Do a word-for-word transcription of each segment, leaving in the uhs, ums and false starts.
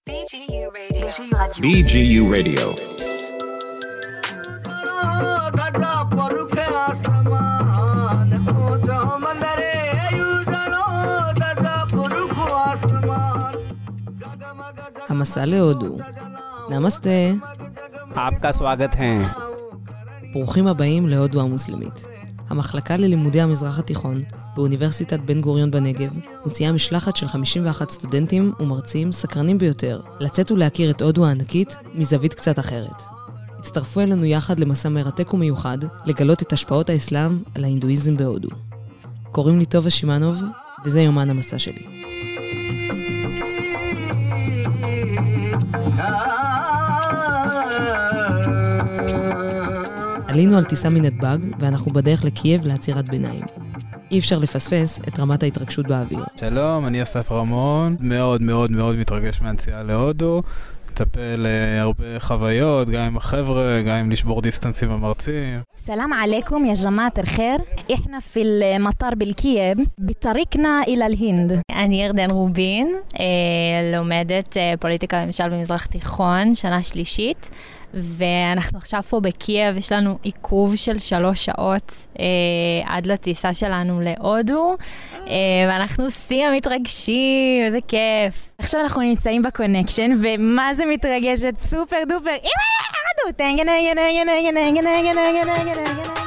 B G U Radio. המסע להודו. נמסטה. आपका स्वागत है. ברוכים הבאים להודו המוסלמית. המחלקה ללימודי המזרח התיכון באוניברסיטת בן גוריון בנגב מוציאה משלחת של חמישים ואחד סטודנטים ומרצים סקרנים ביותר לצאת ולהכיר את הודו הענקית מזווית קצת אחרת. הצטרפו אלינו יחד למסע מרתק ומיוחד לגלות את השפעות האסלאם על ההינדואיזם בהודו. קוראים לי טובה שימנוב וזה יומן המסע שלי. עלינו על טיסה מנתב"ג ואנחנו בדרך לקייב לעצירת ביניים. אי אפשר לפספס את רמת ההתרגשות באוויר. שלום, אני אסף רמון, מאוד מאוד מאוד מתרגש מהנסיעה להודו, מצפה להרבה חוויות, גם עם החבר'ה, גם עם לשבור דיסטנסים המרצים. سلام عليكم يا جماعة الخير. إحنا في المطار بالكييف بطريقنا إلى الهند. אני ירדן רובין, לומדת פוליטיקה וממשל במזרח תיכון, שנה שלישית. ואנחנו עכשיו פה בקייב, יש לנו עיכוב של שלוש שעות אה, עד לטיסה שלנו להודו, אה, ואנחנו שיא המתרגשים, איזה כיף. עכשיו אנחנו נמצאים בקונקשן, ומה זה מתרגשת? סופר דופר, אימא, הודו! טנגנה, גנה, גנה, גנה, גנה, גנה, גנה, גנה, גנה.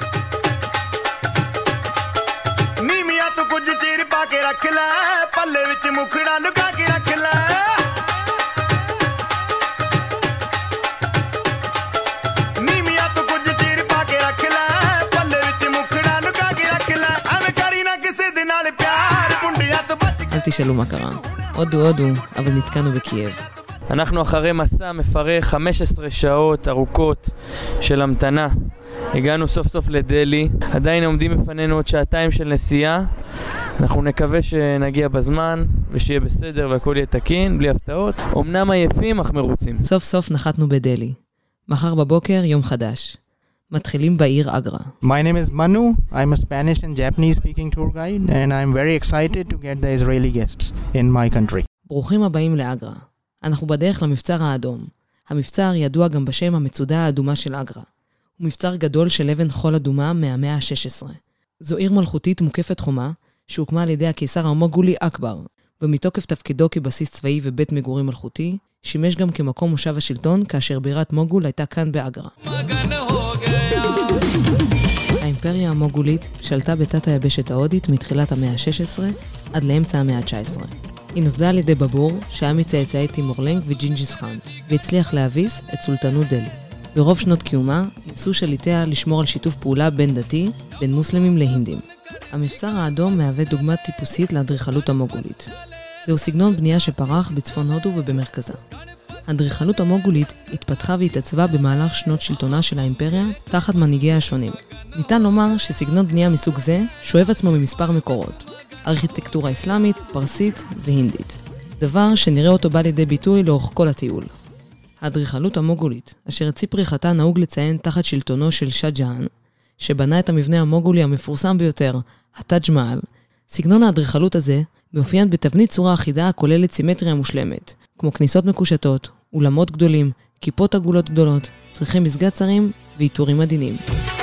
ਨੀਮੀਆਂ ਤੋਂ ਕੁਝ ਚੀਰ ਪਾ ਕੇ ਰੱਖ ਲੈ, ਪੱਲੇ ਵਿੱਚ ਮੁਖੜਾ ਲੁਕਾ ਕੇ ਰੱਖ ਲੈ. תשאלו מה קרה. הודו הודו, אבל נתקענו בקייב. אנחנו אחרי מסע מפרך חמש עשרה שעות ארוכות של המתנה. הגענו סוף סוף לדלי. עדיין עומדים בפנינו עוד שעתיים של נסיעה. אנחנו נקווה שנגיע בזמן ושיהיה בסדר והכל יהיה תקין, בלי הפתעות. אמנם עייפים אך מרוצים. סוף סוף נחתנו בדלי. מחר בבוקר יום חדש. מתחילים בעיר אגרה. My name is Manu. I'm a Spanish and Japanese speaking tour guide and I'm very excited to get the Israeli guests in my country. ברוכים הבאים לאגרה. אנחנו בדרך למבצר האדום. המבצר ידוע גם בשם המצודה האדומה של אגרה. הוא מבצר גדול של אבן חול אדומה מהמאה ה-שש עשרה. זו עיר מלכותית מוקפת חומה שהוקמה על ידי הקיסר המוגולי אכבר, ומתוקף תפקידו כבסיס צבאי ובית מגורים מלכותי, שימש גם כמקום מושב השלטון כאשר בירת מוגול הייתה כאן באגרה. האימפריה המוגולית שלטה בתת היבשת ההודית מתחילת המאה ה-שש עשרה עד לאמצע המאה ה-תשע עשרה. היא נוסדה על ידי בבור שהיה מצאצאי תימור לנג וג'ינג'יס חאן, והצליח להביס את סולטנות דלי. ברוב שנות קיומה ניסו שליטיה לשמור על שיתוף פעולה בין דתי, בין מוסלמים להינדים. המבצר האדום מהווה דוגמה טיפוסית לאדריכלות המוגולית. זהו סגנון בנייה שפרח בצפון הודו ובמרכזה. האדריכלות המוגולית התפתחה והתעצבה במהלך שנות שלטונה של האימפריה תחת מנהיגיה השונים. ניתן לומר שסגנון בנייה מסוג זה שואב עצמו ממספר מקורות, ארכיטקטורה אסלאמית, פרסית והינדית. דבר שנראה אותו בא לידי ביטוי לאורך כל הטיול. האדריכלות המוגולית, אשר את פריחתה נהוג לציין תחת שלטונו של שאה ג'האן, שבנה את המבנה המוגולי המפורסם ביותר, הטאג' מאהל. סגנון האדריכלות הזה מאופיין בתבנית צורה אחידה הכוללת סימטריה מושלמת, כמו כניסות מקושטות, אולמות גדולים, כיפות עגולות גדולות, צריכי מסגד צרים ועיטורים עדינים.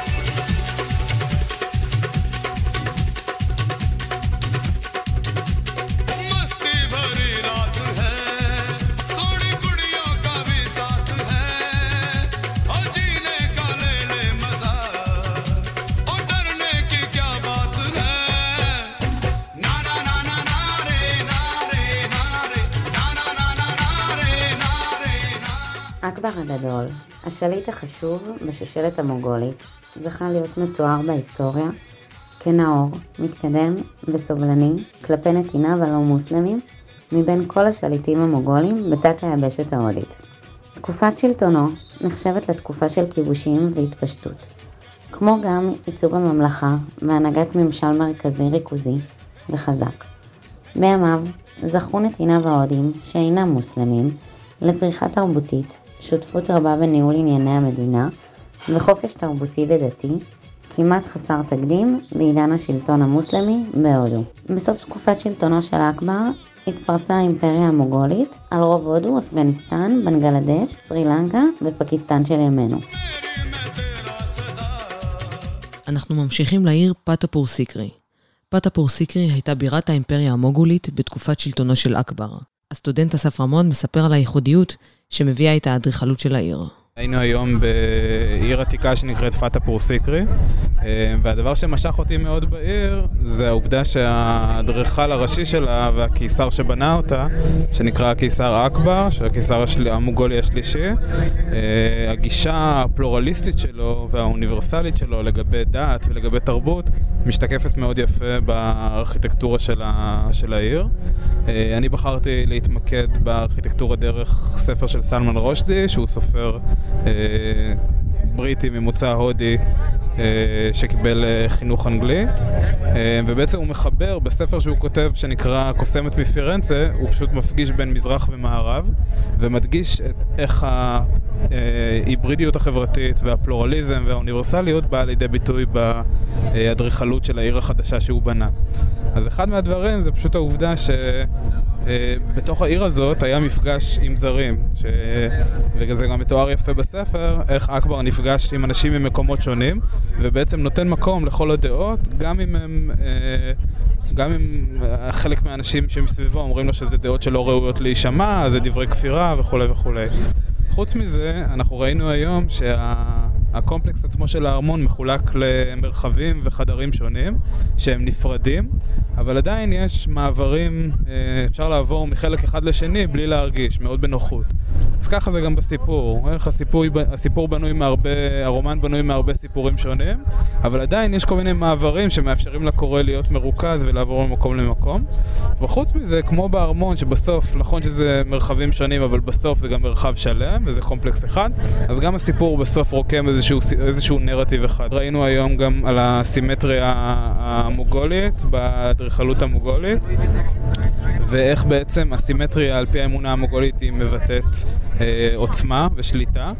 אכבר הגדול, השליט החשוב בשושלת המוגולית, זכה להיות מתואר בהיסטוריה כנאור, מתקדם וסובלני כלפי נתינה ולא מוסלמים מבין כל השליטים המוגולים בתת היבשת ההודית. תקופת שלטונו נחשבת לתקופה של כיבושים והתפשטות, כמו גם עיצוב הממלכה והנהגת ממשל מרכזי ריכוזי וחזק. בימיו זכו נתינה וההודים שאינם מוסלמים לפריחה תרבותית, שותפות רבה בניהול ענייני המדינה וחופש תרבותי ודתי כמעט חסר תקדים בעידן השלטון המוסלמי בהודו. בסוף תקופת שלטונו של אכבר התפרסה האימפריה המוגולית על רוב הודו, אפגניסטן, בנגלדש, סרי לנקה ופקיסטן של ימינו. אנחנו ממשיכים לעיר פטפור סיקרי. פטפור סיקרי הייתה בירת האימפריה המוגולית בתקופת שלטונו של אכבר. הסטודנט אסף רמון מספר על הייחודיות שמביאה את האדריכלות של העיר. היינו היום בעיר עתיקה שנקראת פטפור סיקרי, והדבר שמשך אותי מאוד בעיר זה העובדה שהאדריכל הראשי שלה והקיסר שבנה אותה, שנקרא הקיסר אכבר, שהקיסר המוגולי השלישי, הגישה הפלורליסטית שלו והאוניברסלית שלו לגבי דת ולגבי תרבות משתקפת מאוד יפה בארכיטקטורה של, ה... של העיר. אני בחרתי להתמקד בארכיטקטורה דרך ספר של סלמן רושדי, שהוא סופר בריטי ממוצא הודי שקיבל חינוך אנגלי, ובעצם הוא מחבר בספר שהוא כותב שנקרא קוסמת מפירנצה, הוא פשוט מפגיש בין מזרח ומערב ומדגיש איך ההיברידיות החברתית והפלורליזם והאוניברסליות באה לידי ביטוי באדריכלות של העיר החדשה שהוא בנה. אז אחד מהדברים זה פשוט העובדה ש בתוך העיר הזאת היה מפגש עם זרים, ש... וזה גם מתואר יפה בספר, איך אכבר נפגש עם אנשים ממקומות שונים, ובעצם נותן מקום לכל הדעות, גם אם הם, גם אם חלק מהאנשים שמסביבו אומרים לו שזה דעות שלא ראויות להישמע, זה דברי כפירה וכו' וכו'. חוץ מזה, אנחנו ראינו היום שהקומפלקס עצמו של הארמון מחולק למרחבים וחדרים שונים, שהם נפרדים, אבל עדיין יש מעברים, אפשר לעבור מחלק אחד לשני בלי להרגיש, מאוד בנוחות. אז ככה זה גם בסיפור, איך הסיפור, הסיפור בנוי מהרבה, הרומן בנוי מהרבה סיפורים שונים, אבל עדיין יש כל מיני מעברים שמאפשרים לקורא להיות מרוכז ולעבור ממקום למקום. וחוץ מזה, כמו בארמון, שבסוף, נכון שזה מרחבים שונים, אבל בסוף זה גם מרחב שלם, וזה קומפלקס אחד, אז גם הסיפור בסוף רוקם איזשהו, איזשהו נרטיב אחד. ראינו היום גם על הסימטריה המוגולית, באדריכלות המוגולית, ואיך בעצם הסימטריה על פי האמונה המוגולית היא מבטאת אה, עוצמה ושליטה,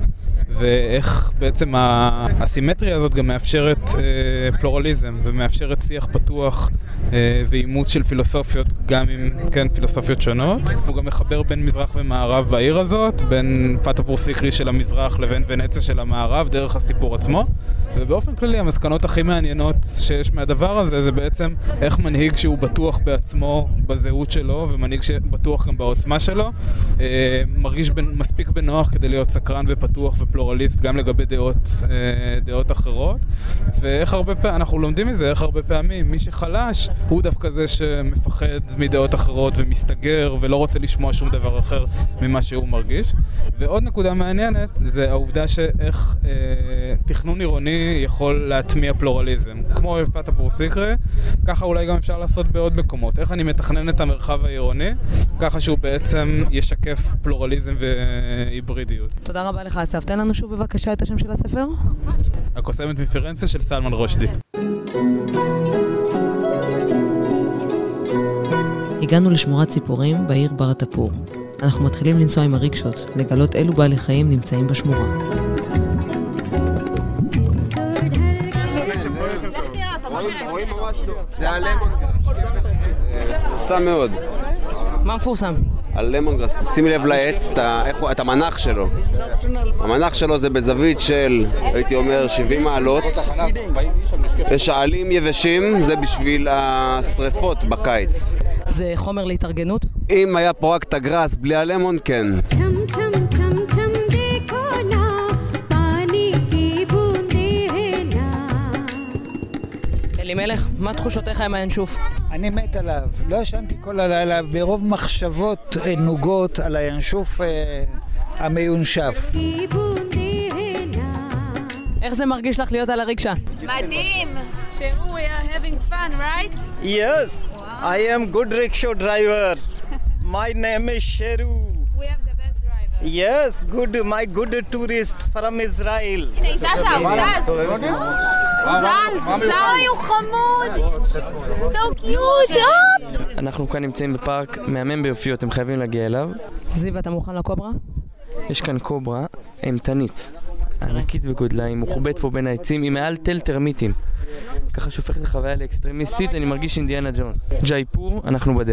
ואיך בעצם הסימטריה הזאת גם מאפשרת אה, פלורליזם ומאפשרת שיח פתוח אה, ואימוץ של פילוסופיות, גם עם כן פילוסופיות שונות. הוא גם מחבר בין מזרח ומערב בעיר הזאת, בין פטפור סיקרי של המזרח לבין ונציה של המערב דרך הסיפור עצמו. ובאופן כללי המסקנות הכי מעניינות שיש מהדבר הזה זה בעצם איך מנהיג שהוא בטוח בעצמו בזהות שלו ומנהיג שבטוח גם בעוצמה שלו אה, מרגיש בין, מספיק בנוח כדי להיות סקרן ופתוח ופלורליסט גם לגבי דעות, אה, דעות אחרות, ואיך הרבה פעמים אנחנו לומדים מזה, איך הרבה פעמים מי שחלש הוא דווקא זה שמפחד מדעות אחרות ומסתגר ולא רוצה לשמוע שום דבר אחר ממה שהוא מרגיש. ועוד נקודה מעניינת זה העובדה שאיך אה, תכנון עירוני יכול להטמיע פלורליזם. כמו פטפור סיקרי, ככה אולי גם אפשר לעשות בעוד מקומות. איך אני מתכנן את המרחב העירוני, ככה שהוא בעצם ישקף פלורליזם והיברידיות. תודה רבה לך אסף. תן לנו שוב בבקשה את השם של הספר. הקוסמת מפירנצה של סלמן רושדי. הגענו לשמורת ציפורים בעיר ברטפור. אנחנו מתחילים לנסוע עם הריקשות, לגלות אילו בעלי חיים נמצאים בשמורה. זה הלמונגרס. מפורסם מאוד. מה מפורסם? הלמונגרס, שימי לב לעץ, את המנח שלו. המנח שלו זה בזווית של, הייתי אומר, שבעים מעלות. יש העלים יבשים, זה בשביל השריפות בקיץ. זה חומר להתארגנות? אם היה פה רק תגרס בלי הלמון, כן. אלימלך, מה תחושותיך עם הינשוף? אני מת עליו. לא ישנתי כל הלילה ברוב מחשבות נוגות על הינשוף אה, המיונשף. איך זה מרגיש לך להיות על הריקשה? מדהים! שירו, we are having fun, right? Yes, wow. I am good rickshaw driver. My name is Sheru. We have the best driver. Yes, good, my good tourist from Israel. הנה, זזה, הוא זז. זל, זל, הוא חמוד. So cute. אנחנו כאן נמצאים בפארק מהמם ביופיות, אתם חייבים להגיע אליו. זיו, אתה מוכן לקוברה? יש כאן קוברה, אימתנית. ענקית בגודלה, היא מוחבאת פה בין העצים, היא מעל תל טרמיטים. ככה שהופכת לחוויה לאקסטרמיסטית, אני מרגיש אינדיאנה ג'ונס. ג'ייפור, אנחנו בדרך.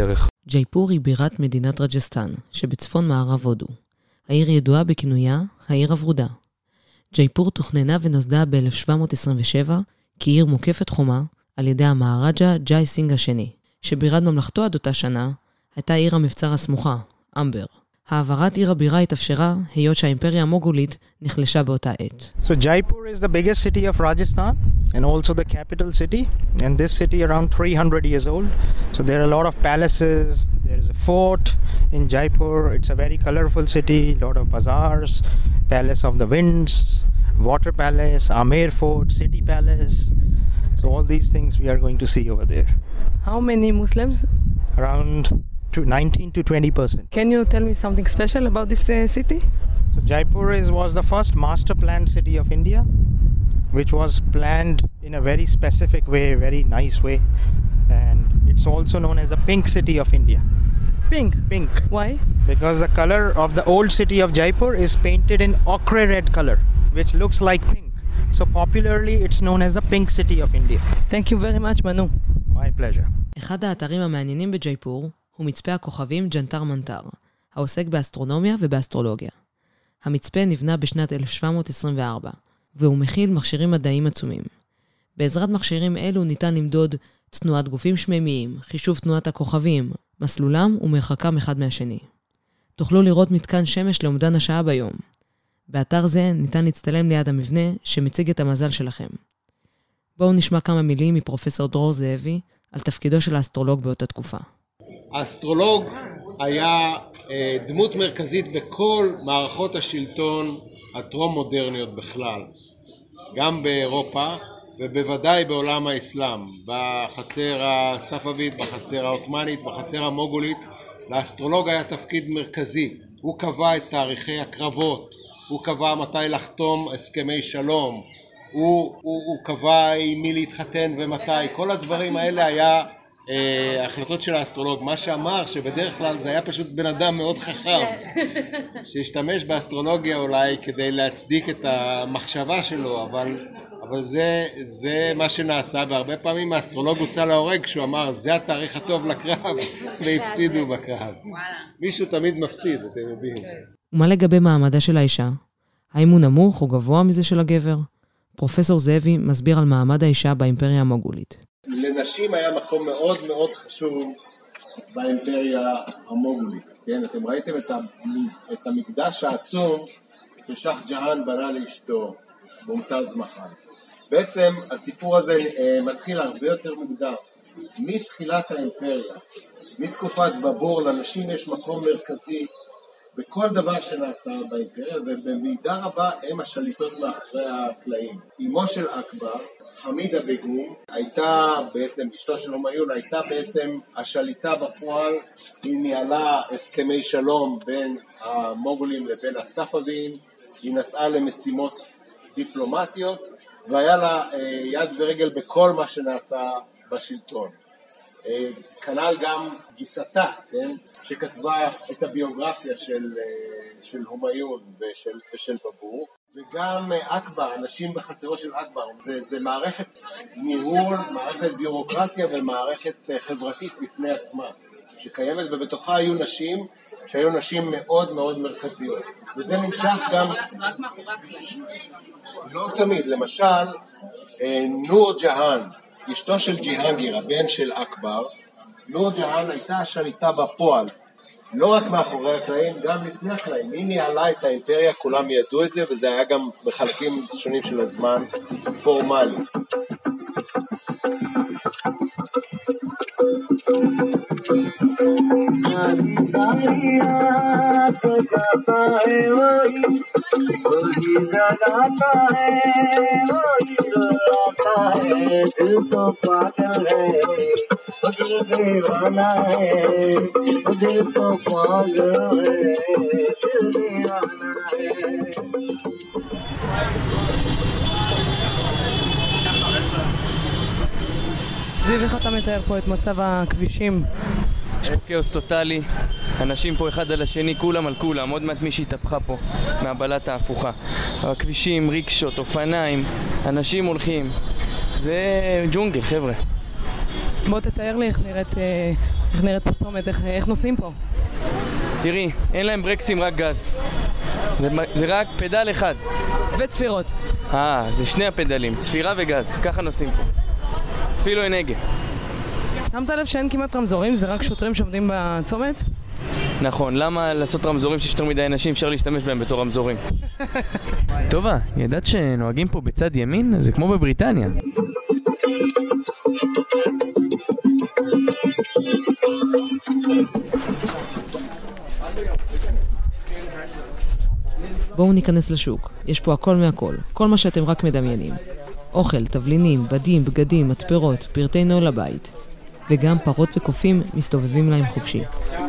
ג'ייפור היא בירת מדינת רג'סטן, שבצפון מערב הודו. העיר ידועה בכינויה העיר הוורודה. ג'ייפור תוכננה ונוסדה ב-אלף שבע מאות עשרים ושבע כעיר מוקפת חומה על ידי המהראג'ה ג'אי סינג השני, שבירת ממלכתו עד אותה שנה הייתה עיר המבצר הסמוכה, אמבר. העברת עיר הבירה התאפשרה היות שהאימפריה המוגולית נחלשה באותה עת. So Jaipur is the biggest city of Rajasthan and also the capital city, and this city around three hundred years old. So there are a lot of palaces, there is a fort in Jaipur. It's a very colorful city, a lot of bazaars, Palace of the Winds, Water Palace, Amer Fort, City Palace. So all these things we are going to see over there. How many Muslims? Around to nineteen to twenty percent. Can you tell me something special about this uh, city? So Jaipur is, was the first master planned city of India, which was planned in a very specific way, very nice way. And it's also known as the pink city of India. Pink? Pink. Why? Because the color of the old city of Jaipur is painted in ochre red color, which looks like pink. So popularly it's known as the pink city of India. Thank you very much, Manu. My pleasure. אחד האתרים המעניינים בג'ייפור הוא מצפה הכוכבים ג'נטר מנטר, העוסק באסטרונומיה ובאסטרולוגיה. המצפה נבנה בשנת אלף שבע מאות עשרים וארבע, והוא מכיל מכשירים מדעיים עצומים. בעזרת מכשירים אלו ניתן למדוד תנועת גופים שמימיים, חישוב תנועת הכוכבים, מסלולם ומרחקם אחד מהשני. תוכלו לראות מתקן שמש לעומדן השעה ביום. באתר זה ניתן להצטלם ליד המבנה שמציג את המזל שלכם. בואו נשמע כמה מילים מפרופסור דרור זאבי על תפקידו של האסטרולוג באותה תקופה. האסטרולוג היה אה, דמות מרכזית בכל מערכות השלטון הטרום-מודרניות בכלל, גם באירופה ובוודאי בעולם האסלאם, בחצר הספאבית, בחצר העות'מאנית, בחצר המוגולית. לאסטרולוג היה תפקיד מרכזי. הוא קבע את תאריכי הקרבות, הוא קבע מתי לחתום הסכמי שלום, הוא, הוא, הוא קבע עם מי להתחתן ומתי. כל הדברים האלה היה אה, החלטות של האסטרולוג. מה שאמר שבדרך כלל זה היה פשוט בן אדם מאוד חכם שהשתמש באסטרולוגיה אולי כדי להצדיק את המחשבה שלו, אבל, אבל זה, זה מה שנעשה, והרבה פעמים האסטרולוג הוצא להורג כשהוא אמר זה התאריך הטוב לקרב והפסידו בקרב. מישהו תמיד מפסיד, אתם יודעים. ומה לגבי מעמדה של האישה? האם הוא נמוך או גבוה מזה של הגבר? פרופסור זאבי מסביר על מעמד האישה באימפריה המוגולית. לנשים היה מקום מאוד מאוד חשוב באימפריה המוגולית. כן, אתם ראיתם את, ה, את המקדש העצום ששח ג'האן בנה לאשתו, מומתז מחל. בעצם הסיפור הזה אה, מתחיל הרבה יותר מוקדם. מתחילת האימפריה, מתקופת בבור, לנשים יש מקום מרכזי בכל דבר שנעשה באימפריה, ובמידה רבה הם השליטות מאחורי הקלעים. אמו של אכבר, חמידה בגום, הייתה בעצם, אשתו של הומיון, הייתה בעצם השליטה בפועל. היא ניהלה הסכמי שלום בין המוגולים לבין הספאבים, היא נסעה למשימות דיפלומטיות, והיה לה אה, יד ורגל בכל מה שנעשה בשלטון. אה, כנ"ל גם גיסתה, כן? שכתבה את הביוגרפיה של, של הומיון ושל, ושל בבור, וגם אכבר, אנשים בחצרו של אכבר. זה, זה מערכת ניהול, מערכת ביורוקרטיה ומערכת חברתית בפני עצמה, שקיימת, ובתוכה היו נשים, שהיו נשים מאוד מאוד מרכזיות. וזה נמשך גם... זה רק מאחורי הקלעים? לא תמיד. למשל, נור ג'האן, אשתו של ג'יהאנגיר, הבן של אכבר, נור ג'האן הייתה השליטה בפועל, לא רק מאחורי הקלעים, גם לפני הקלעים. היא ניהלה את האימפריה, כולם ידעו את זה, וזה היה גם בחלקים שונים של הזמן פורמלי. वही जगाता है वही रुलाता है दिल तो पागल है वो दिल दीवाना है वो दिल तो पागल है दिल दीवाना है. זיו, איך אתה מתאר פה את מצב הכבישים? יש פה כאוס טוטלי, אנשים פה אחד על השני, כולם על כולם, עוד מעט מישהי התהפכה פה מהבלט ההפוכה. הכבישים, ריקשות, אופניים, אנשים הולכים, זה ג'ונגל, חבר'ה. בוא תתאר לי איך נראית אה, איך נראית פה צומת? איך, איך נוסעים פה? תראי, אין להם ברקסים, רק גז. זה, זה רק פדל אחד. וצפירות. אה, זה שני הפדלים, צפירה וגז, ככה נוסעים פה. אפילו אין הגה. שמת לב שאין כמעט רמזורים, זה רק שוטרים שעומדים בצומת? נכון, למה לעשות רמזורים שיש יותר מדי אנשים, אפשר להשתמש בהם בתור רמזורים? טובה, ידעת שנוהגים פה בצד ימין? זה כמו בבריטניה. בואו ניכנס לשוק, יש פה הכל מהכל, כל מה שאתם רק מדמיינים. אוכל, תבלינים, בדים, בגדים, מתפרות, פרטי נול לבית. וגם פרות וקופים מסתובבים להם חופשי.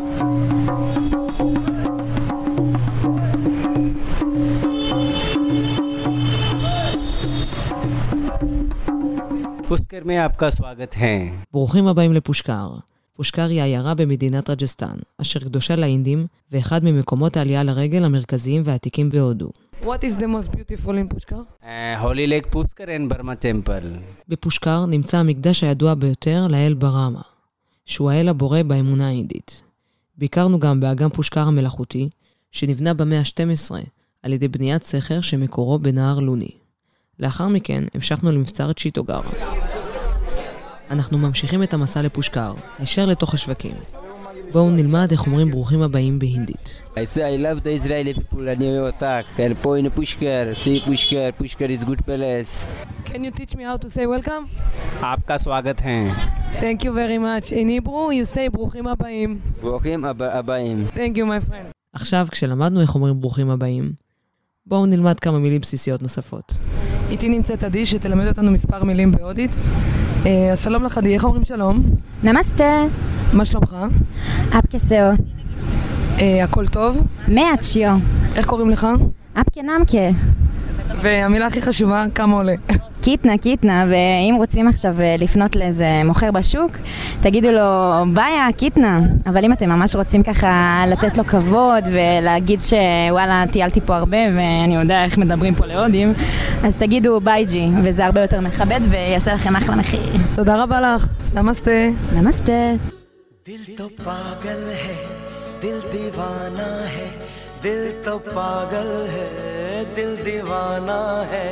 पुष्कर में आपका स्वागत है. ברוכים הבאים לפושקר. פושקר היא עיירה במדינת רג'סטן, אשר קדושה לאינדים ואחד ממקומות העלייה לרגל המרכזיים והעתיקים בהודו. What is the most beautiful in פושקר? הולי לייק פושקר and ברמה טמפל. בפושקר נמצא המקדש הידוע ביותר לאל ברמה, שהוא האל הבורא באמונה האינדית. ביקרנו גם באגם פושקר המלאכותי, שנבנה במאה ה-שתים עשרה על ידי בניית סכר שמקורו בנהר לוני. לאחר מכן המשכנו למבצר צ'יטוגר. אנחנו ממשיכים את המסע לפושקר, הישר לתוך השווקים. בואו נלמד איך אומרים ברוכים הבאים בהינדית. I say I love the Israeli people and you attack. And point Pushkar, say Pushkar, Pushkar is good place. Can you teach me how to say welcome? आपका स्वागत है. Thank you very much. In Hebrew you say ברוכים הבאים. ברוכים הבאים. Thank you my friend. עכשיו כשלמדנו איך אומרים ברוכים הבאים, בואו נלמד כמה מילים בסיסיות נוספות. איתי נמצאת עדי שתלמד אותנו מספר מילים בהודית. אז שלום לך עדי, איך אומרים שלום? נמסטה. מה שלומך? אפקסאו. הכל טוב? מאצ'יו. איך קוראים לך? אפקה נמקה. והמילה הכי חשובה, כמה עולה? קיטנה, קיטנה, ואם רוצים עכשיו לפנות לאיזה מוכר בשוק, תגידו לו, ביי, קיטנה. אבל אם אתם ממש רוצים ככה לתת לו כבוד ולהגיד שוואלה, טיילתי פה הרבה ואני יודע איך מדברים פה להודים, אז תגידו ביי ג'י, וזה הרבה יותר מכבד ויעשה לכם אחלה מחיר. תודה רבה לך. נמסטה. נמסטה. दिल तो पागल है दिल दीवाना है दिल तो पागल है दिल दीवाना है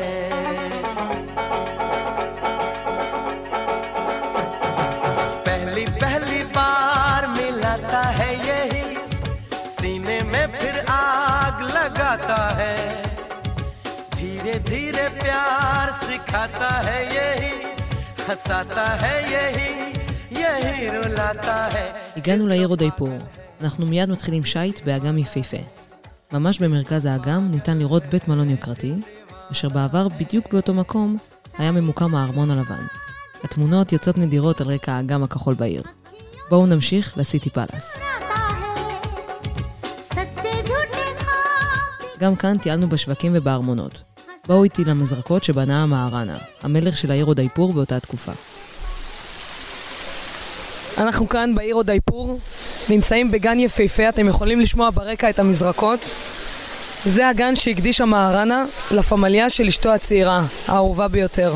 पहली पहली बार मिलाता है यही सीने में फिर आग लगाता है धीरे धीरे प्यार सिखाता है यही हंसाता है यही הגענו לעיר אודייפור. אנחנו מיד מתחילים שייט באגם יפהפה. ממש במרכז האגם ניתן לראות בית מלון יוקרתי, אשר בעבר בדיוק באותו מקום היה ממוקם הארמון הלבן. התמונות יוצאות נדירות על רקע האגם הכחול בעיר. בואו נמשיך לסיטי פלאס. גם כאן טיילנו בשווקים ובארמונות. בואו איתי למזרקות שבנה המהרנה, המלך של העיר אודייפור באותה תקופה. אנחנו כאן בעיר אודייפור, נמצאים בגן יפהפה, אתם יכולים לשמוע ברקע את המזרקות. זה הגן שהקדיש המהרנה לפמליה של אשתו הצעירה, האהובה ביותר.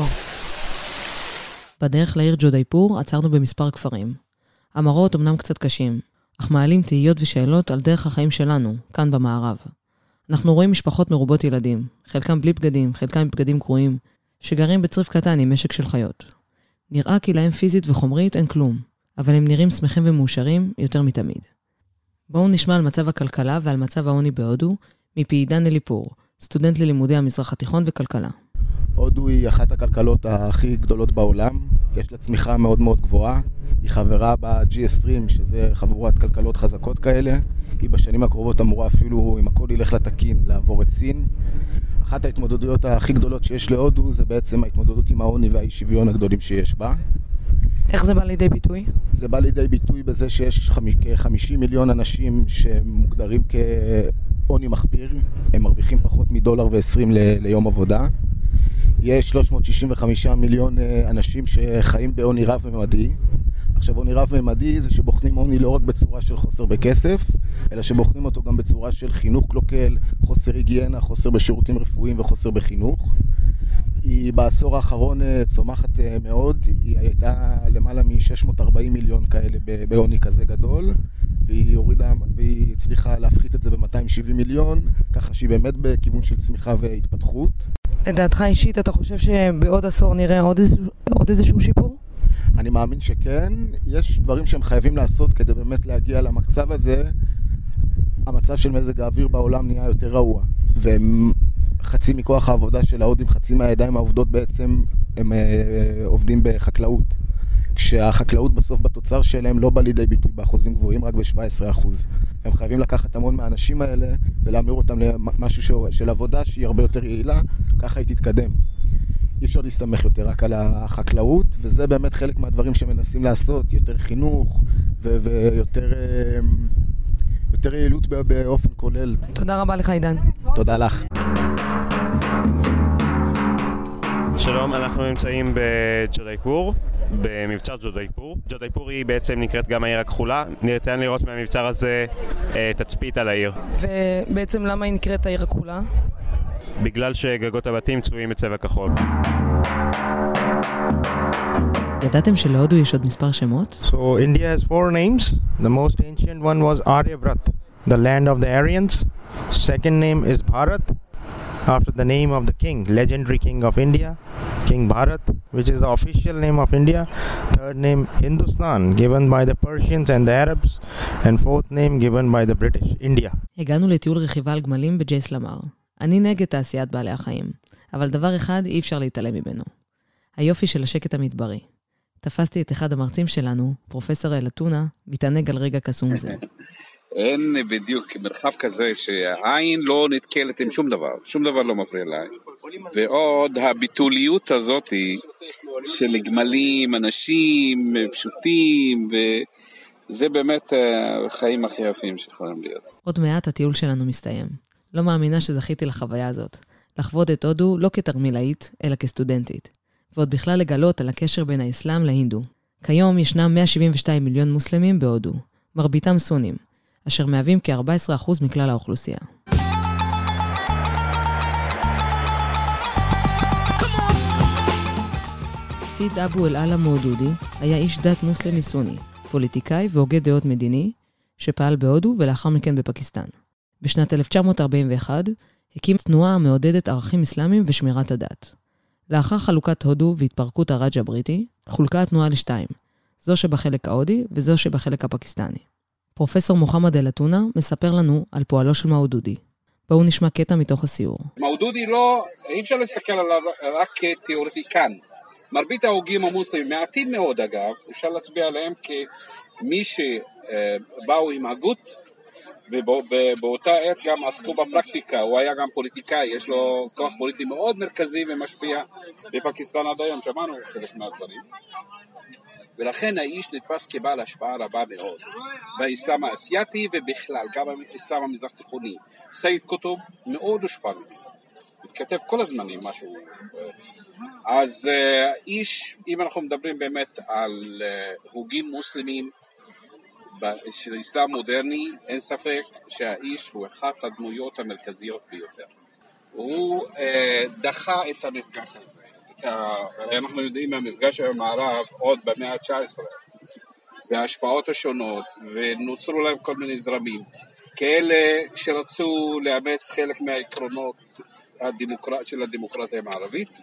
בדרך לעיר ג'ודייפור עצרנו במספר כפרים. המראות אמנם קצת קשים, אך מעלים תהיות ושאלות על דרך החיים שלנו, כאן במערב. אנחנו רואים משפחות מרובות ילדים, חלקם בלי בגדים, חלקם עם בגדים קרועים, שגרים בצריף קטן עם משק של חיות. נראה כי להם פיזית וחומרית אין כלום. אבל הם נראים שמחים ומאושרים יותר מתמיד. בואו נשמע על מצב הכלכלה ועל מצב העוני בהודו, מפי עידן אליפור, סטודנט ללימודי המזרח התיכון וכלכלה. הודו היא אחת הכלכלות הכי גדולות בעולם, יש לה צמיחה מאוד מאוד גבוהה, היא חברה ב-ג'י עשרים, שזה חבורת כלכלות חזקות כאלה, היא בשנים הקרובות אמורה אפילו, אם הכל ילך לתקין, לעבור את סין. אחת ההתמודדויות הכי גדולות שיש להודו, זה בעצם ההתמודדות עם העוני והאי-שוויון הגדולים שיש בה. איך זה בא לידי ביטוי? זה בא לידי ביטוי בזה שיש כ-חמישים מיליון אנשים שמוגדרים כעוני מחפיר, הם מרוויחים פחות מדולר ועשרים ל- ליום עבודה. יש שלוש מאות שישים וחמישה מיליון אנשים שחיים בעוני רב-ממדי. עכשיו עוני רב-ממדי זה שבוחנים עוני לא רק בצורה של חוסר בכסף, אלא שבוחנים אותו גם בצורה של חינוך קלוקל, חוסר היגיינה, חוסר בשירותים רפואיים וחוסר בחינוך. היא בעשור האחרון צומחת מאוד, היא הייתה למעלה מ-שש מאות וארבעים מיליון כאלה בעוני כזה גדול, והיא הורידה, והיא הצליחה להפחית את זה ב-מאתיים ושבעים מיליון, ככה שהיא באמת בכיוון של צמיחה והתפתחות. לדעתך אישית, אתה חושב שבעוד עשור נראה עוד איזשהו, עוד איזשהו שיפור? אני מאמין שכן. יש דברים שהם חייבים לעשות כדי באמת להגיע למצב הזה. המצב של מזג האוויר בעולם נהיה יותר רעוע, והם חצי מכוח העבודה של ההודים, חצי מהידיים העובדות בעצם הם אה, עובדים בחקלאות, כשהחקלאות בסוף בתוצר שלהם לא בא לידי ביטוי באחוזים גבוהים, רק ב-שבע עשרה אחוז. הם חייבים לקחת המון מהאנשים האלה ולהמיר אותם למשהו של, של עבודה שהיא הרבה יותר יעילה, ככה היא תתקדם. אי אפשר להסתמך יותר רק על החקלאות, וזה באמת חלק מהדברים שמנסים לעשות, יותר חינוך ו- ויותר יותר יעילות באופן כולל. תודה רבה לך עידן. תודה לך. שלום, אנחנו נמצאים בג'ודייפור, במבצר ג'ודייפור. ג'ודייפור היא בעצם נקראת גם העיר הכחולה. ניתן לראות מהמבצר הזה תצפית על העיר. ובעצם למה היא נקראת העיר הכחולה? בגלל שגגות הבתים צבועים בצבע כחול. ידעתם שלהודו יש עוד מספר שמות? So India has four names. The most ancient one was Aryavrat, the land of the Aryans. Second name is Bharat, after the name of the king, legendary king of India, King Bharat, which is the official name of India. Third name Hindustan, given by the Persians and the Arabs. And fourth name given by the British, India. הגענו לטיול רכיבה על גמלים בג'ייסלמר. אני נגד תעשיית בעלי החיים, אבל דבר אחד אי אפשר להתעלם ממנו. היופי של השקט המדברי. תפסתי את אחד המרצים שלנו, פרופסור אלטונה, מתענג על רגע קסום זה. אין בדיוק מרחב כזה שהעין לא נתקלת עם שום דבר, שום דבר לא מפריע לה. ועוד הביטוליות הזאת של גמלים, אנשים פשוטים, וזה באמת החיים הכי יפים שיכולים להיות. עוד מעט הטיול שלנו מסתיים. לא מאמינה שזכיתי לחוויה הזאת. לחוות את הודו לא כתרמילאית, אלא כסטודנטית. ועוד בכלל לגלות על הקשר בין האסלאם להינדו. כיום ישנם מאה שבעים ושניים מיליון מוסלמים בהודו, מרביתם סונים, אשר מהווים כ-ארבעה עשר אחוז מכלל האוכלוסייה. סיד אבו אל-עלה מודודי היה איש דת מוסלמי סוני, פוליטיקאי והוגה דעות מדיני, שפעל בהודו ולאחר מכן בפקיסטן. בשנת אלף תשע מאות ארבעים ואחת הקים תנועה המעודדת ערכים אסלאמיים ושמירת הדת. לאחר חלוקת הודו והתפרקות הראג' הבריטי, חולקה התנועה לשתיים, זו שבחלק ההודי וזו שבחלק הפקיסטני. פרופסור מוחמד אלטונה מספר לנו על פועלו של מאודודי. בואו נשמע קטע מתוך הסיור. מאודודי לא, אי אפשר להסתכל עליו רק כתיאורטיקן. מרבית ההוגים המוסלמים, מעטים מאוד אגב, אפשר להצביע עליהם כמי שבאו עם הגות, ובאותה עת גם עסקו בפרקטיקה. הוא היה גם פוליטיקאי, יש לו כוח פוליטי מאוד מרכזי ומשפיע בפקיסטן עד היום, שמענו חלק מהדברים. ולכן האיש נתפס כבעל השפעה רבה מאוד באסלאם האסייתי ובכלל, גם באסלאם המזרח תיכוני. סייד קוטוב מאוד הושפע ממנו, מתכתב כל הזמן עם משהו. אז איש, אם אנחנו מדברים באמת על הוגים מוסלמים של האסלאם מודרני, אין ספק שהאיש הוא אחת הדמויות המרכזיות ביותר. הוא אה, דחה את המפגש הזה. את ה... אנחנו יודעים מהמפגש עם הערב עוד במאה ה-תשע עשרה, וההשפעות השונות, ונוצרו להם כל מיני זרמים, כאלה שרצו לאמץ חלק מהעקרונות הדמוקרט... של הדמוקרטיה המערבית,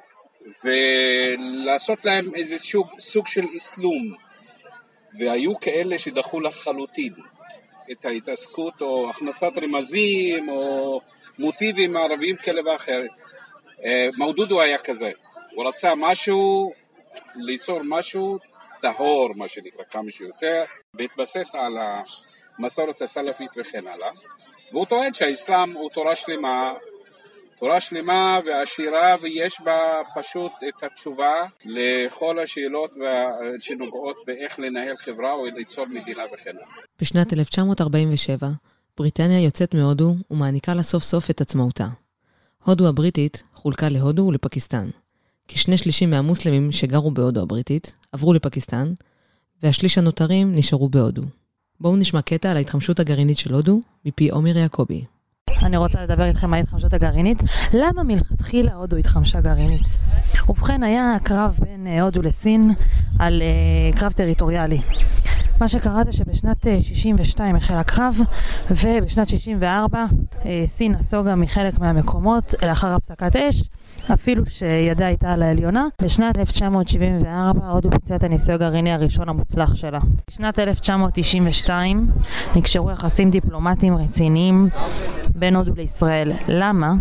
ולעשות להם איזשהו סוג של אסלום, והיו כאלה שדחו לחלוטין את ההתעסקות או הכנסת רמזים או מוטיבים מערביים כאלה ואחר. מאודודו היה כזה, הוא רצה משהו, ליצור משהו טהור, מה שנקרא כמה שיותר, בהתבסס על המסורת הסלפית וכן הלאה, והוא טוען שהאסלאם הוא תורה שלמה, תורה שלמה ועשירה, ויש בה פשוט את התשובה לכל השאלות שנוגעות באיך לנהל חברה או ליצור מדינה וכן הלאה. בשנת אלף תשע מאות ארבעים ושבע, בריטניה יוצאת מהודו ומעניקה לה סוף סוף את עצמאותה. הודו הבריטית חולקה להודו ולפקיסטן. כשני שלישים מהמוסלמים שגרו בהודו הבריטית עברו לפקיסטן, והשליש הנותרים נשארו בהודו. בואו נשמע קטע על ההתחמשות הגרעינית של הודו מפי עומר יעקבי. אני רוצה לדבר איתכם על התחמשות הגרעינית. למה מלכתחילה הודו התחמשה גרעינית? ובכן, היה קרב בין הודו לסין על קרב טריטוריאלי. מה שקרה זה שבשנת שישים ושתיים החל הקרב, ובשנת שישים וארבע סין נסוגה מחלק מהמקומות לאחר הפסקת אש, אפילו שידה הייתה על העליונה. בשנת אלף תשע מאות שבעים וארבע הודו ביצעה את הניסוי הגרעיני הראשון המוצלח שלה. בשנת אלף תשע מאות תשעים ושתיים נקשרו יחסים דיפלומטיים רציניים בין הודו לישראל. למה?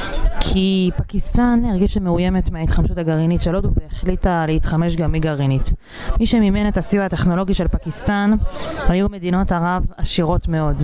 כי פקיסטן הרגישה מאוימת מההתחמשות הגרעינית של הודו והחליטה להתחמש גם מגרעינית. מי שמימן את הסיוע הטכנולוגי של פקיסטן היו מדינות ערב עשירות מאוד.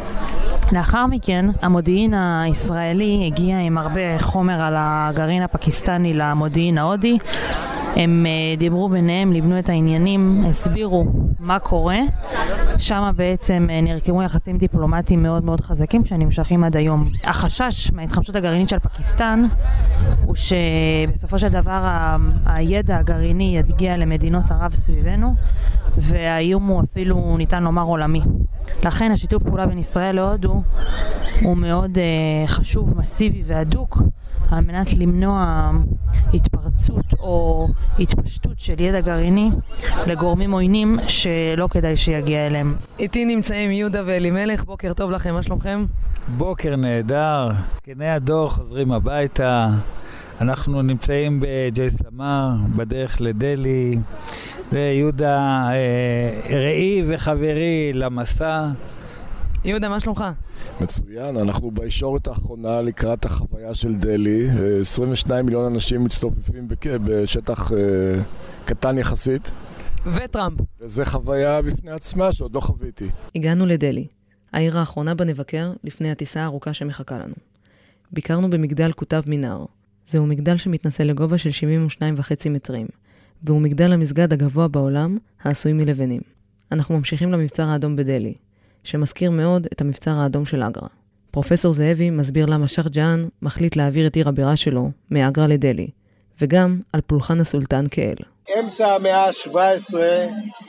לאחר מכן, המודיעין הישראלי הגיע עם הרבה חומר על הגרעין הפקיסטני למודיעין ההודי. הם דיברו ביניהם, ליבנו את העניינים, הסבירו מה קורה. שם בעצם נרקמו יחסים דיפלומטיים מאוד מאוד חזקים שנמשכים עד היום. החשש מההתחמשות הגרעינית של פקיסטן הוא שבסופו של דבר הידע הגרעיני יגיע למדינות ערב סביבנו, והאיום הוא אפילו ניתן לומר עולמי. לכן השיתוף פעולה בין ישראל להודו הוא מאוד uh, חשוב, מסיבי והדוק, על מנת למנוע התפרצות או התפשטות של ידע גרעיני לגורמים עוינים שלא כדאי שיגיע אליהם. איתי נמצאים יהודה ואלימלך, בוקר טוב לכם, מה שלומכם? בוקר נהדר, קני הדור חוזרים הביתה, אנחנו נמצאים בג'ייסלמר, בדרך לדלי, ויהודה אה, ראי וחברי למסע. יהודה, מה שלומך? מצוין, אנחנו בישורת האחרונה לקראת החוויה של דלי. עשרים ושניים מיליון אנשים מצטופפים בשטח אה, קטן יחסית. וטראמפ. וזה חוויה בפני עצמה שעוד לא חוויתי. הגענו לדלי, העיר האחרונה בנבקר לפני הטיסה הארוכה שמחכה לנו. ביקרנו במגדל כותב מנהר. זהו מגדל שמתנסה לגובה של שבעים ושניים וחצי מטרים. והוא מגדל המסגד הגבוה בעולם, העשוי מלבנים. אנחנו ממשיכים למבצר האדום בדלי, שמזכיר מאוד את המבצר האדום של אגרה. פרופסור זאבי מסביר למה שח ג'האן מחליט להעביר את עיר הבירה שלו מאגרה לדלי, וגם על פולחן הסולטן כאל. אמצע המאה ה-שבע עשרה,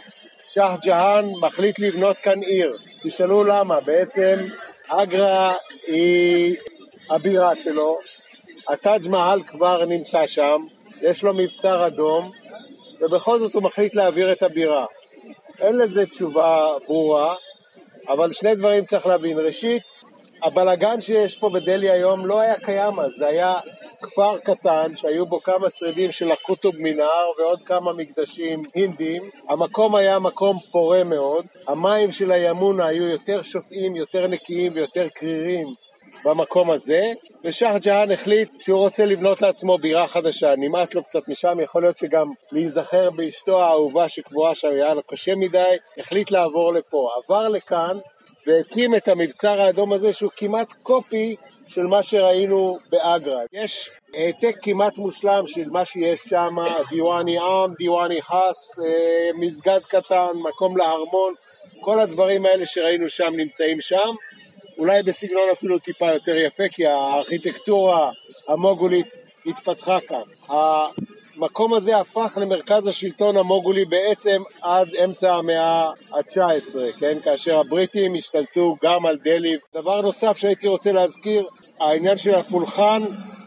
שח ג'האן מחליט לבנות כאן עיר. תשאלו למה, בעצם אגרה היא הבירה שלו, הטאג' מהל כבר נמצא שם, יש לו מבצר אדום, ובכל זאת הוא מחליט להעביר את הבירה. אין לזה תשובה ברורה, אבל שני דברים צריך להבין. ראשית, הבלגן שיש פה בדלי היום לא היה קיים אז, זה היה כפר קטן שהיו בו כמה שרידים של הקוטוב מנהר ועוד כמה מקדשים הינדים. המקום היה מקום פורה מאוד, המים של הימונה היו יותר שופעים, יותר נקיים ויותר קרירים במקום הזה, ושח ג'האן החליט שהוא רוצה לבנות לעצמו בירה חדשה. נמאס לו קצת משם, יכול להיות שגם להיזכר באשתו האהובה שקבועה שם היה לו קשה מדי, החליט לעבור לפה, עבר לכאן והקים את המבצר האדום הזה שהוא כמעט קופי של מה שראינו באגרה. יש העתק כמעט מושלם של מה שיש שם, דיואני עם, דיואני חס, מסגד קטן, מקום להרמון, כל הדברים האלה שראינו שם נמצאים שם, אולי בסגנון אפילו טיפה יותר יפה, כי הארכיטקטורה המוגולית התפתחה כאן. המקום הזה הפך למרכז השלטון המוגולי בעצם עד אמצע המאה ה-תשע עשרה, כן? כאשר הבריטים השתלטו גם על דלי. דבר נוסף שהייתי רוצה להזכיר, העניין של הפולחן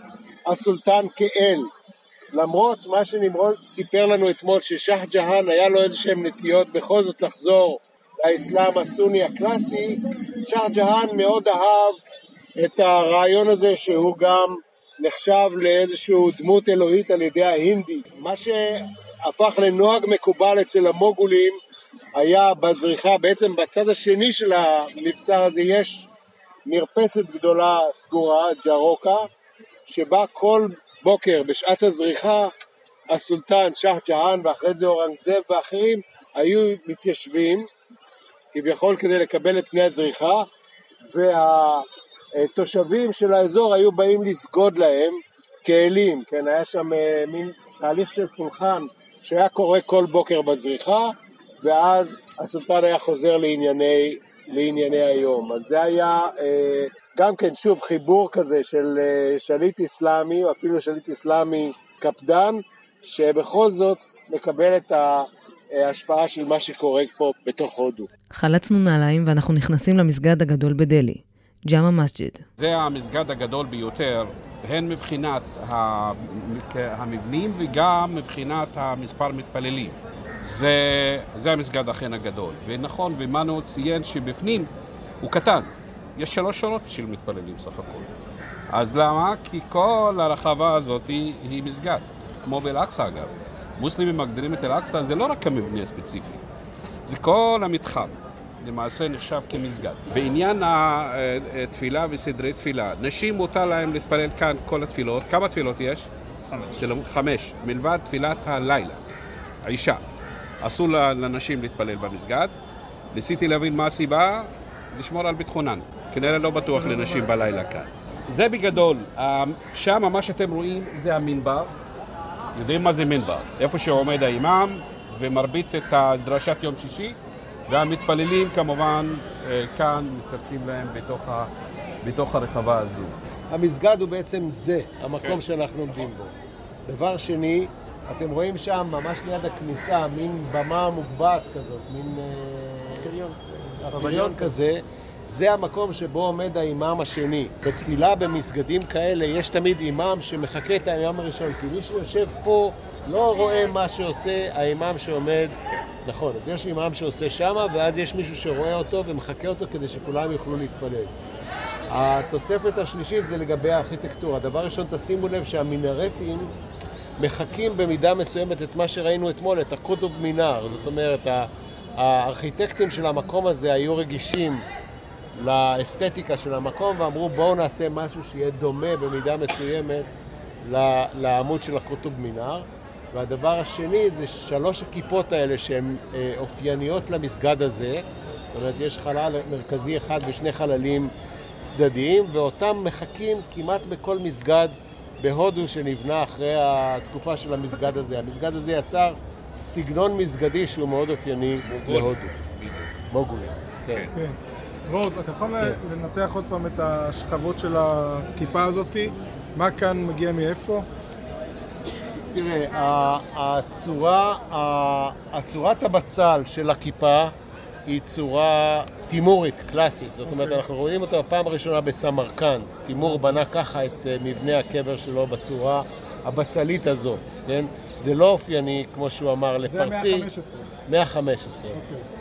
הסולטן כאל. למרות מה שנמרוד סיפר לנו אתמול, ששח ג'האן היה לו איזה שהם נטיות בכל זאת לחזור לאסלאם הסוני הקלאסי, שח ג'האן מאוד אהב את הרעיון הזה שהוא גם נחשב לאיזשהו דמות אלוהית על ידי ההינדי. מה שהפך לנוהג מקובל אצל המוגולים היה בזריחה, בעצם בצד השני של המבצר הזה יש מרפסת גדולה סגורה, ג'רוקה, שבה כל בוקר בשעת הזריחה הסולטן שח ג'האן ואחרי זה אורנגזב ואחרים היו מתיישבים כביכול כדי לקבל את פני הזריחה, והתושבים של האזור היו באים לסגוד להם כאלים, כן, היה שם מין תהליך של פולחן שהיה קורה כל בוקר בזריחה, ואז הסולטן היה חוזר לענייני, לענייני היום. אז זה היה גם כן שוב חיבור כזה של שליט אסלאמי, או אפילו שליט אסלאמי קפדן, שבכל זאת מקבל את ה... ההשפעה של מה שקורה פה בתוך הודו. חלצנו נעליים ואנחנו נכנסים למסגד הגדול בדלי. ג'אמה מסג'ד. זה המסגד הגדול ביותר, הן מבחינת המבנים וגם מבחינת המספר מתפללים. זה, זה המסגד אכן הגדול. ונכון, ומנו ציין שבפנים הוא קטן. יש שלוש שורות של מתפללים סך הכל. אז למה? כי כל הרחבה הזאת היא, היא מסגד, כמו באל-אקצא אגב. מוסלמים מגדירים את אל-אקצא, זה לא רק המבנה הספציפי, זה כל המתחם. למעשה נחשב כמסגד. בעניין התפילה וסדרי תפילה, נשים מותר להם להתפלל כאן כל התפילות. כמה תפילות יש? חמש. חמש, מלבד תפילת הלילה, האישה. אסור לנשים להתפלל במסגד. ניסיתי להבין מה הסיבה, לשמור על ביטחונן. כנראה לא בטוח לנשים בלילה כאן. זה בגדול, שם מה שאתם רואים זה המנבר. יודעים מה זה מנבר? איפה שעומד האימאם ומרביץ את דרשת יום שישי. והמתפללים כמובן כאן מתקרצים להם בתוך, ה, בתוך הרחבה הזו. המסגד הוא בעצם זה, המקום כן. שאנחנו עומדים בו. דבר שני, אתם רואים שם ממש ליד הכניסה, מין במה מוגבעת כזאת, מין פריון, פריון כזה. זה המקום שבו עומד האימאם השני. בתפילה במסגדים כאלה יש תמיד אימאם שמחכה את האימאם הראשון, כי מי שיושב פה לא רואה מה שעושה האימאם שעומד. נכון, אז יש אימאם שעושה שמה, ואז יש מישהו שרואה אותו ומחכה אותו כדי שכולם יוכלו להתפלל. התוספת השלישית זה לגבי הארכיטקטורה. דבר ראשון, תשימו לב שהמינרטים מחכים במידה מסוימת את מה שראינו אתמול, את הקוטוב מינר. זאת אומרת, הארכיטקטים של המקום הזה היו רגישים לאסתטיקה של המקום ואמרו בואו נעשה משהו שיהיה דומה במידה מסוימת לעמוד של הקוטוב מינר. והדבר השני זה שלוש הכיפות האלה שהן אה, אופייניות למסגד הזה. זאת אומרת, יש חלל מרכזי אחד ושני חללים צדדיים, ואותם מחכים כמעט בכל מסגד בהודו שנבנה אחרי התקופה של המסגד הזה. המסגד הזה יצר סגנון מסגדי שהוא מאוד אופייני להודו. מוגולי. כן. כן. דרור, אתה יכול לנתח עוד פעם את השכבות של הכיפה הזאת? מה כאן מגיע מאיפה? תראה, הצורה, הצורת הבצל של הכיפה היא צורה תימורית, קלאסית. זאת אומרת, אנחנו רואים אותה בפעם הראשונה בסמרקנד. תימור בנה ככה את מבנה הקבר שלו בצורה הבצלית הזאת, כן? זה לא אופייני, כמו שהוא אמר, לפרסי. זה מאה וחמש עשרה. מאה וחמש עשרה.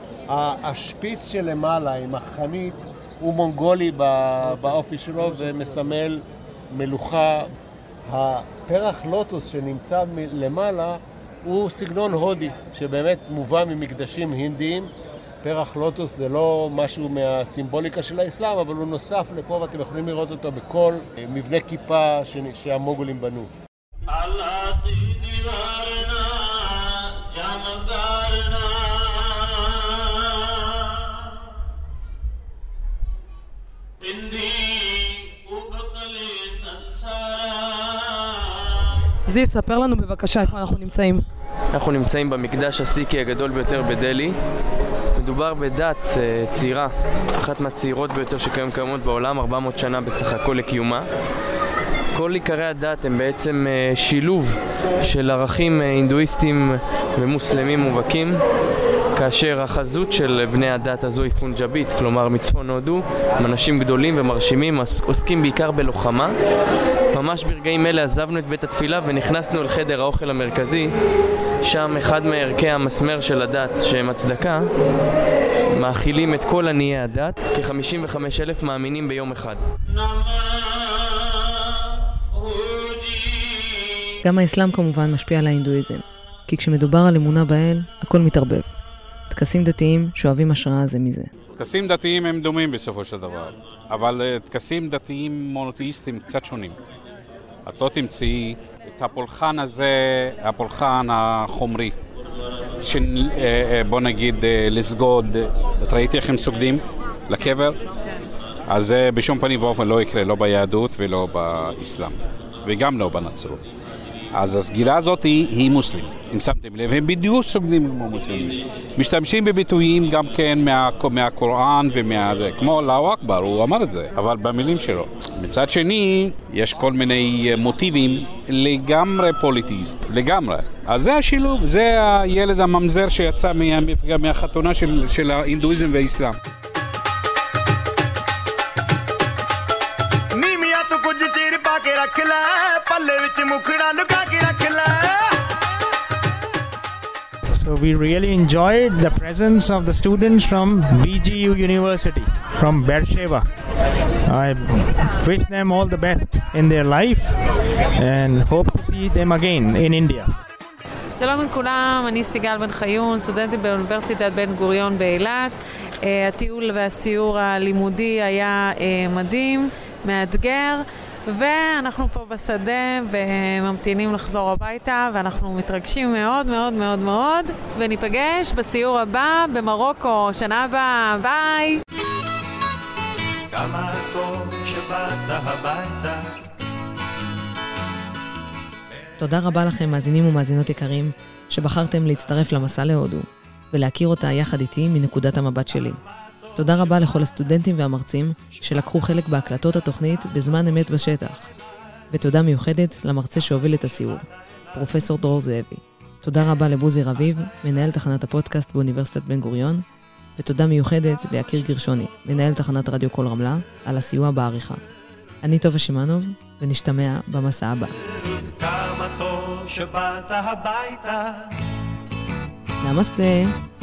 השפיץ שלמעלה עם החנית הוא מונגולי באופי שלו ומסמל מלוכה. הפרח לוטוס שנמצא למעלה הוא סגנון הודי, שבאמת מובא ממקדשים הינדיים. פרח לוטוס זה לא משהו מהסימבוליקה של האסלאם, אבל הוא נוסף לפה ואתם יכולים לראות אותו בכל מבנה כיפה שהמוגולים בנו. זיו, ספר לנו בבקשה איפה אנחנו נמצאים. אנחנו נמצאים במקדש הסיקי הגדול ביותר בדלי. מדובר בדת צעירה, אחת מהצעירות ביותר שכיום קיימות בעולם, ארבע מאות שנה בסך הכל לקיומה. כל עיקרי הדת הם בעצם שילוב של ערכים הינדואיסטיים ומוסלמים מובהקים, כאשר החזות של בני הדת הזו היא פונג'בית, כלומר מצפון הודו, הם אנשים גדולים ומרשימים, עוסקים בעיקר בלוחמה. ממש ברגעים אלה עזבנו את בית התפילה ונכנסנו אל חדר האוכל המרכזי, שם אחד מערכי המסמר של הדת, שהם הצדקה, מאכילים את כל עניי הדת, כ-חמישים וחמישה אלף מאמינים ביום אחד. גם האסלאם כמובן משפיע על ההינדואיזם, כי כשמדובר על אמונה באל, הכל מתערבב. טקסים דתיים שואבים השראה זה מזה. טקסים דתיים הם דומים בסופו של דבר, אבל טקסים דתיים מונותאיסטיים קצת שונים. את לא תמצאי את הפולחן הזה, הפולחן החומרי, שבוא נגיד לסגוד. את ראיתי איך הם סוגדים לקבר? אז זה בשום פנים ואופן לא יקרה, לא ביהדות ולא באסלאם, וגם לא בנצרות. אז הסגירה הזאת היא, היא מוסלמית, אם שמתם לב, הם בדיוק סוגדים כמו מוסלמים. משתמשים בביטויים גם כן מה, מהקוראן ומה... כמו אללהו אכבר, הוא אמר את זה, אבל במילים שלו. מצד שני, יש כל מיני מוטיבים לגמרי פוליטיסט, לגמרי. אז זה השילוב, זה הילד הממזר שיצא מה, מהחתונה של, של ההינדואיזם והאסלאם. रख ले पल्ले विच मुखड़ा लुका के रख ले. So we really enjoyed the presence of the students from B G U University, from Beersheba. I wish them all the best in their life and hope to see them again in India. שלום לכולם, אני סיגל בן חיון, סטודנטית באוניברסיטת בן גוריון באילת. הטיול והסיור הלימודי היה מדהים, מאתגר, ואנחנו פה בשדה וממתינים לחזור הביתה, ואנחנו מתרגשים מאוד מאוד מאוד מאוד, וניפגש בסיור הבא במרוקו, שנה הבאה, ביי! כמה טוב שבאת הביתה. תודה רבה לכם, מאזינים ומאזינות יקרים, שבחרתם להצטרף למסע להודו, ולהכיר אותה יחד איתי מנקודת המבט שלי. תודה רבה לכל הסטודנטים והמרצים שלקחו חלק בהקלטות התוכנית בזמן אמת בשטח. ותודה מיוחדת למרצה שהוביל את הסיור, פרופסור דרור זאבי. תודה רבה לבוזי רביב, מנהל תחנת הפודקאסט באוניברסיטת בן גוריון, ותודה מיוחדת ליקיר גרשוני, מנהל תחנת רדיו קול רמלה, על הסיוע בעריכה. אני טובה שמאנוב, ונשתמע במסע הבא. כמה טוב שבאת הביתה. נמסטה.